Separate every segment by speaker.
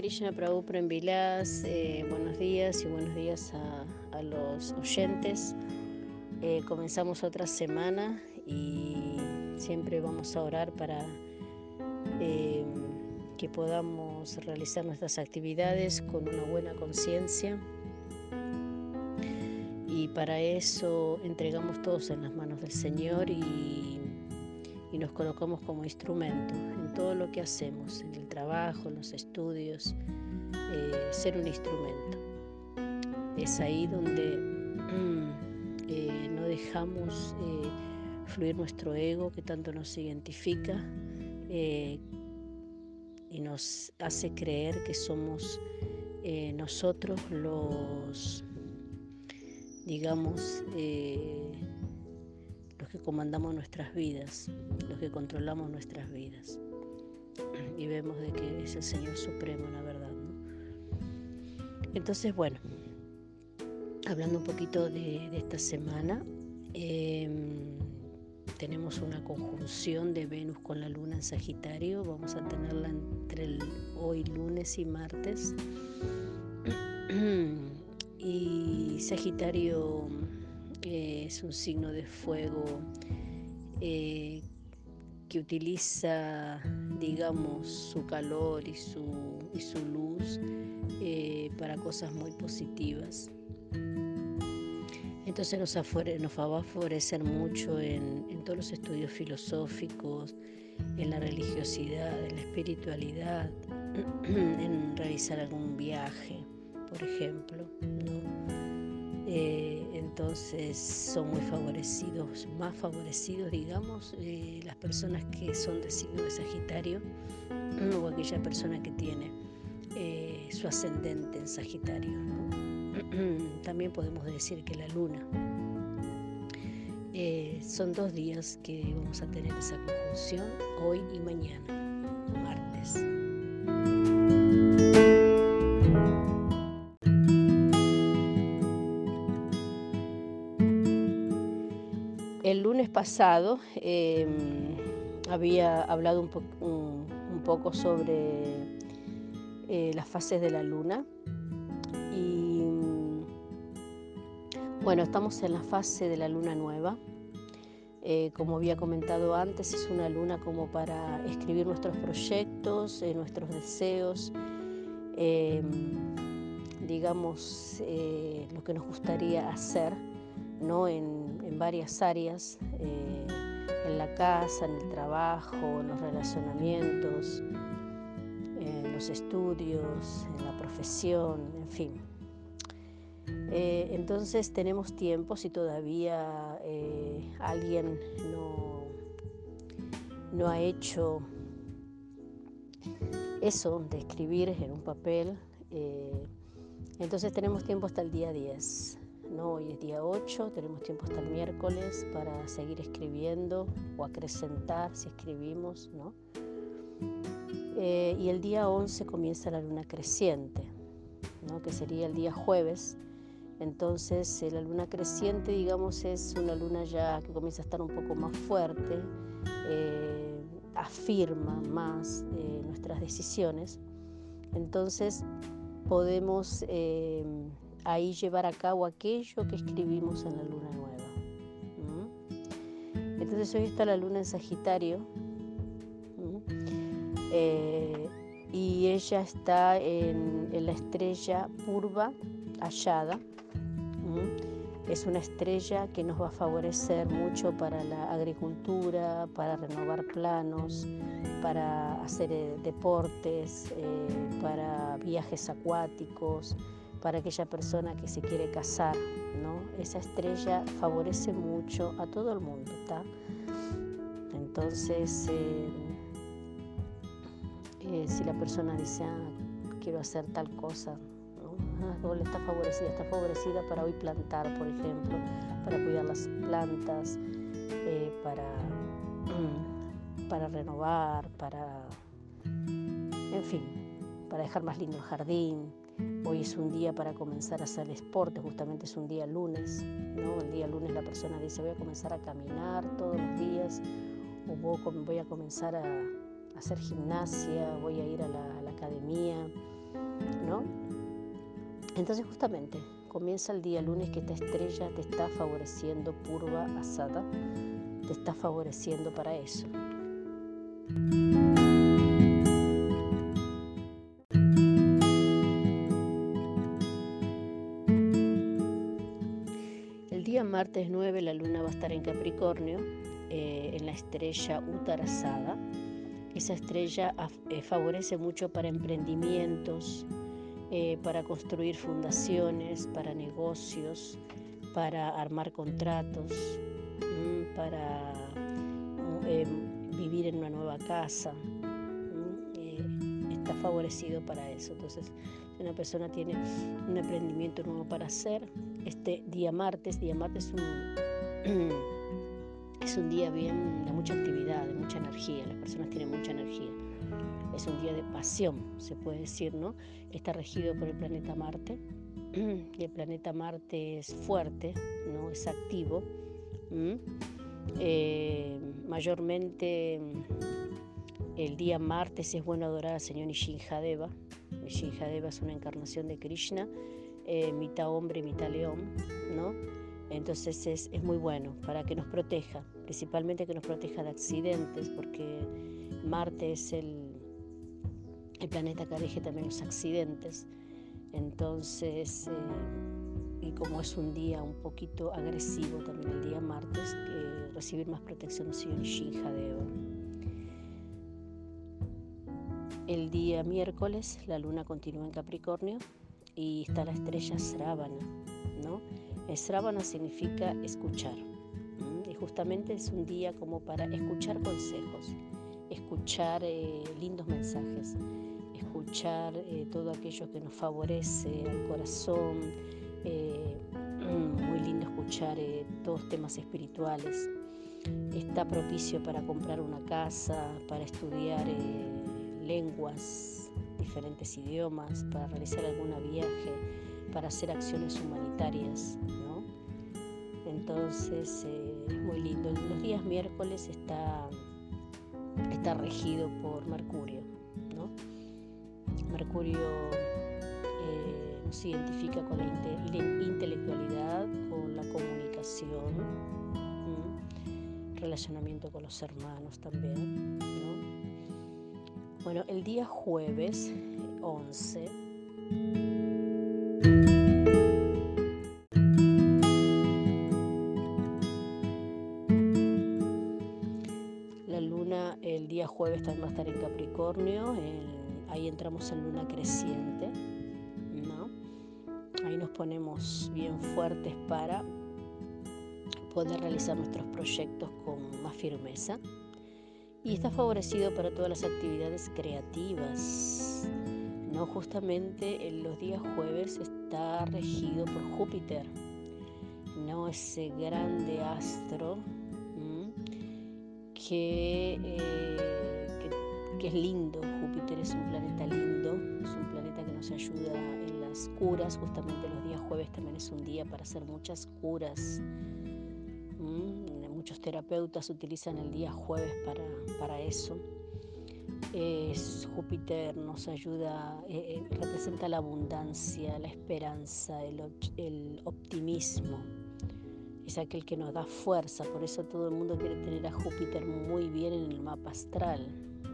Speaker 1: Krishna Prabhu Premvilas, buenos días y buenos días a los oyentes. Comenzamos otra semana y siempre vamos a orar para que podamos realizar nuestras actividades con una buena conciencia, y para eso entregamos todos en las manos del Señor y nos colocamos como instrumento en todo lo que hacemos, en el trabajo, en los estudios, ser un instrumento. Es ahí donde no dejamos fluir nuestro ego, que tanto nos identifica y nos hace creer que somos nosotros los, digamos, los que comandamos nuestras vidas, los que controlamos nuestras vidas. Y vemos de que es el Señor Supremo, la verdad, ¿no? Entonces, bueno, hablando un poquito de esta semana, tenemos una conjunción de Venus con la Luna en Sagitario. Vamos a tenerla entre hoy lunes y martes. Y Sagitario es un signo de fuego que utiliza, digamos, su calor y su luz para cosas muy positivas. Entonces nos va a favorecer mucho en todos los estudios filosóficos, en la religiosidad, en la espiritualidad, en realizar algún viaje, por ejemplo, ¿no? Entonces son muy favorecidos, más favorecidos, digamos, las personas que son de signo de Sagitario, o aquella persona que tiene su ascendente en Sagitario, ¿no? También podemos decir que la Luna. Son 2 días que vamos a tener esa conjunción, hoy y mañana, martes. El lunes pasado había hablado un poco sobre las fases de la Luna. Y bueno, estamos en la fase de la Luna nueva. Como había comentado antes, es una luna como para escribir nuestros proyectos, nuestros deseos, digamos, lo que nos gustaría hacer, ¿no? En varias áreas, en la casa, en el trabajo, en los relacionamientos, en los estudios, en la profesión, en fin. Entonces tenemos tiempo, si todavía alguien no ha hecho eso de escribir en un papel, entonces tenemos tiempo hasta el día 10, ¿no? Hoy es día 8, tenemos tiempo hasta el miércoles para seguir escribiendo o acrecentar si escribimos, ¿no? Y el día 11 comienza la luna creciente, ¿no? Que sería el día jueves. Entonces la luna creciente, digamos, es una luna ya que comienza a estar un poco más fuerte, afirma más nuestras decisiones. Entonces podemos ahí llevar a cabo aquello que escribimos en la luna nueva. Entonces hoy está la luna en Sagitario, y ella está en la estrella Purva Ayada. Es una estrella que nos va a favorecer mucho para la agricultura, para renovar planos, para hacer deportes, para viajes acuáticos, para aquella persona que se quiere casar, ¿no? Esa estrella favorece mucho a todo el mundo, ¿tá? Entonces, si la persona dice, quiero hacer tal cosa, está favorecida para hoy plantar, por ejemplo, para cuidar las plantas, para renovar, en fin, para dejar más lindo el jardín. Hoy es un día para comenzar a hacer deporte, justamente es un día lunes, ¿no? El día lunes la persona dice, voy a comenzar a caminar todos los días, o voy a comenzar a hacer gimnasia, voy a ir a la academia. ¿no? Entonces justamente comienza el día lunes que esta estrella te está favoreciendo, Purva Asada, te está favoreciendo para eso. El día martes 9 la luna va a estar en Capricornio, en la estrella Uttarasada. Esa estrella favorece mucho para emprendimientos, para construir fundaciones, para negocios, para armar contratos, para vivir en una nueva casa. Está favorecido para eso. Entonces, si una persona tiene un emprendimiento nuevo para hacer, este día martes es un día bien de mucha actividad, de mucha energía. Las personas tienen mucha energía. Es un día de pasión, se puede decir, ¿no? Está regido por el planeta Marte. Y el planeta Marte es fuerte, ¿no? Es activo. Mayormente el día martes es bueno adorar al señor Nishinjadeva. Nishinjadeva es una encarnación de Krishna, mitad hombre, mitad león, ¿no? Entonces es muy bueno para que nos proteja, principalmente que nos proteja de accidentes, porque Marte es el planeta que rige también los accidentes. Entonces, y como es un día un poquito agresivo también el día martes, recibir más protección del señor Nishinjadeva. El día miércoles la luna continúa en Capricornio y está la estrella Sravana, ¿no? Sravana significa escuchar, y justamente es un día como para escuchar consejos, escuchar lindos mensajes, escuchar todo aquello que nos favorece al corazón. Muy lindo escuchar todos temas espirituales. Está propicio para comprar una casa, para estudiar lenguas, diferentes idiomas, para realizar algún viaje, para hacer acciones humanitarias, ¿no? Entonces, muy lindo. Los días miércoles está regido por Mercurio, ¿no? Mercurio nos identifica con la intelectualidad, con la comunicación, relacionamiento con los hermanos también, ¿no? Bueno, el día jueves 11 la luna el día jueves también va a estar en Capricornio, ahí entramos en luna creciente, ¿no? Ahí nos ponemos bien fuertes para poder realizar nuestros proyectos con más firmeza. Y está favorecido para todas las actividades creativas, ¿no? Justamente en los días jueves está regido por Júpiter, ¿no? Ese grande astro que es lindo. Júpiter es un planeta lindo, es un planeta que nos ayuda en las curas. Justamente los días jueves también es un día para hacer muchas curas. Muchos terapeutas utilizan el día jueves para eso. Júpiter nos ayuda, representa la abundancia, la esperanza, el optimismo. Es aquel que nos da fuerza, por eso todo el mundo quiere tener a Júpiter muy bien en el mapa astral.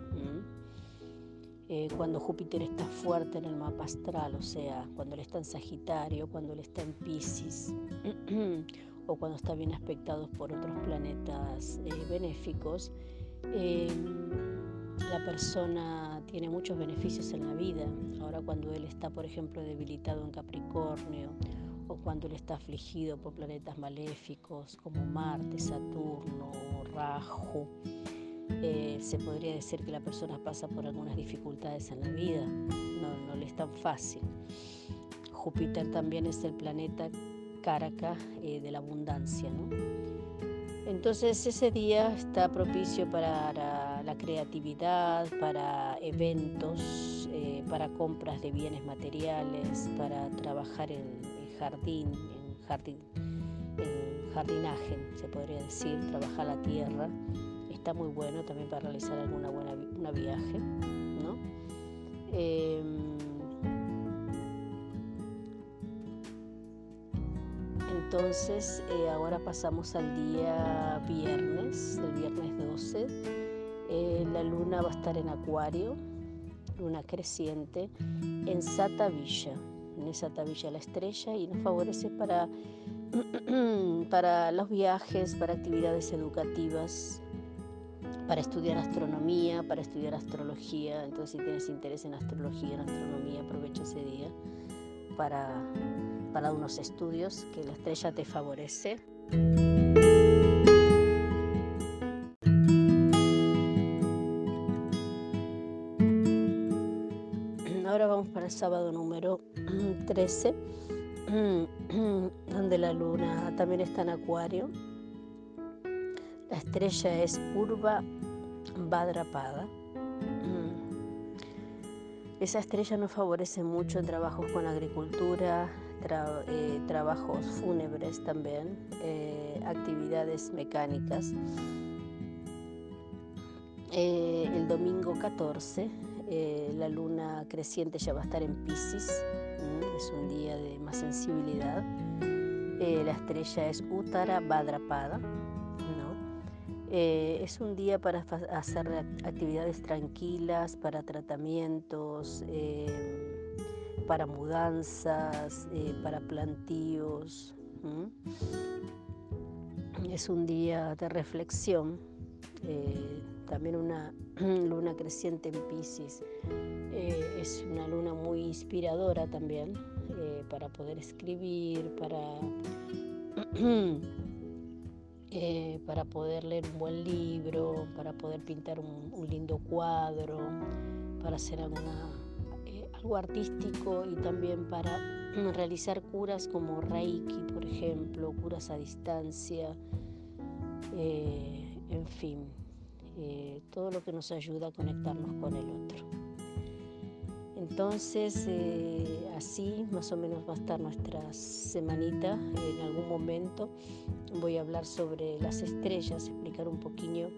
Speaker 1: Cuando Júpiter está fuerte en el mapa astral, o sea, cuando él está en Sagitario, cuando él está en Piscis, o cuando está bien aspectado por otros planetas benéficos, la persona tiene muchos beneficios en la vida. Ahora cuando él está, por ejemplo, debilitado en Capricornio, o cuando él está afligido por planetas maléficos como Marte, Saturno, Rahu, se podría decir que la persona pasa por algunas dificultades en la vida, no le es tan fácil. Júpiter también es el planeta Karaka de la abundancia, ¿no? Entonces ese día está propicio para la creatividad, para eventos, para compras de bienes materiales, para trabajar en jardinaje, se podría decir, trabajar la tierra. Está muy bueno también para realizar una viaje, ¿no? Entonces, ahora pasamos al día viernes, el viernes 12. La luna va a estar en Acuario, luna creciente, en Satavilla. En Satavilla la estrella, y nos favorece para los viajes, para actividades educativas, para estudiar astronomía, para estudiar astrología. Entonces, si tienes interés en astrología, en astronomía, aprovecha ese día para unos estudios que la estrella te favorece. Ahora vamos para el sábado número 13, donde la luna también está en Acuario. La estrella es Purva Bhadrapada. Esa estrella nos favorece mucho en trabajos con agricultura, trabajos fúnebres también, actividades mecánicas. El domingo 14, la luna creciente ya va a estar en Piscis. Es un día de más sensibilidad. La estrella es Uttara Bhadrapada, es un día para hacer actividades tranquilas, para tratamientos, para mudanzas, para plantíos. Es un día de reflexión. También una luna creciente en Piscis es una luna muy inspiradora también, para poder escribir, para poder leer un buen libro, para poder pintar un lindo cuadro, para hacer algo artístico, y también para realizar curas como Reiki, por ejemplo, curas a distancia, en fin, todo lo que nos ayuda a conectarnos con el otro. Entonces, así más o menos va a estar nuestra semanita. En algún momento voy a hablar sobre las estrellas, explicar un poquito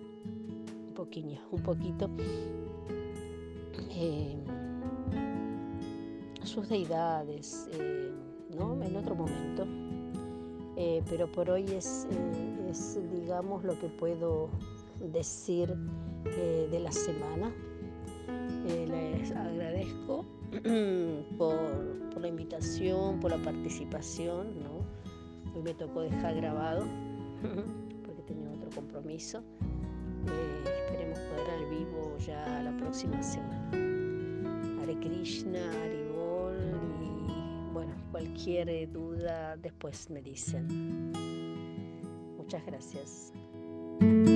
Speaker 1: sus deidades, en otro momento. Pero por hoy es digamos, lo que puedo decir de la semana. Les agradezco por la invitación, por la participación, Hoy me tocó dejar grabado porque tenía otro compromiso. Esperemos poder al vivo ya la próxima semana. Hare Krishna, Hare Bol, y bueno, cualquier duda después me dicen. Muchas gracias.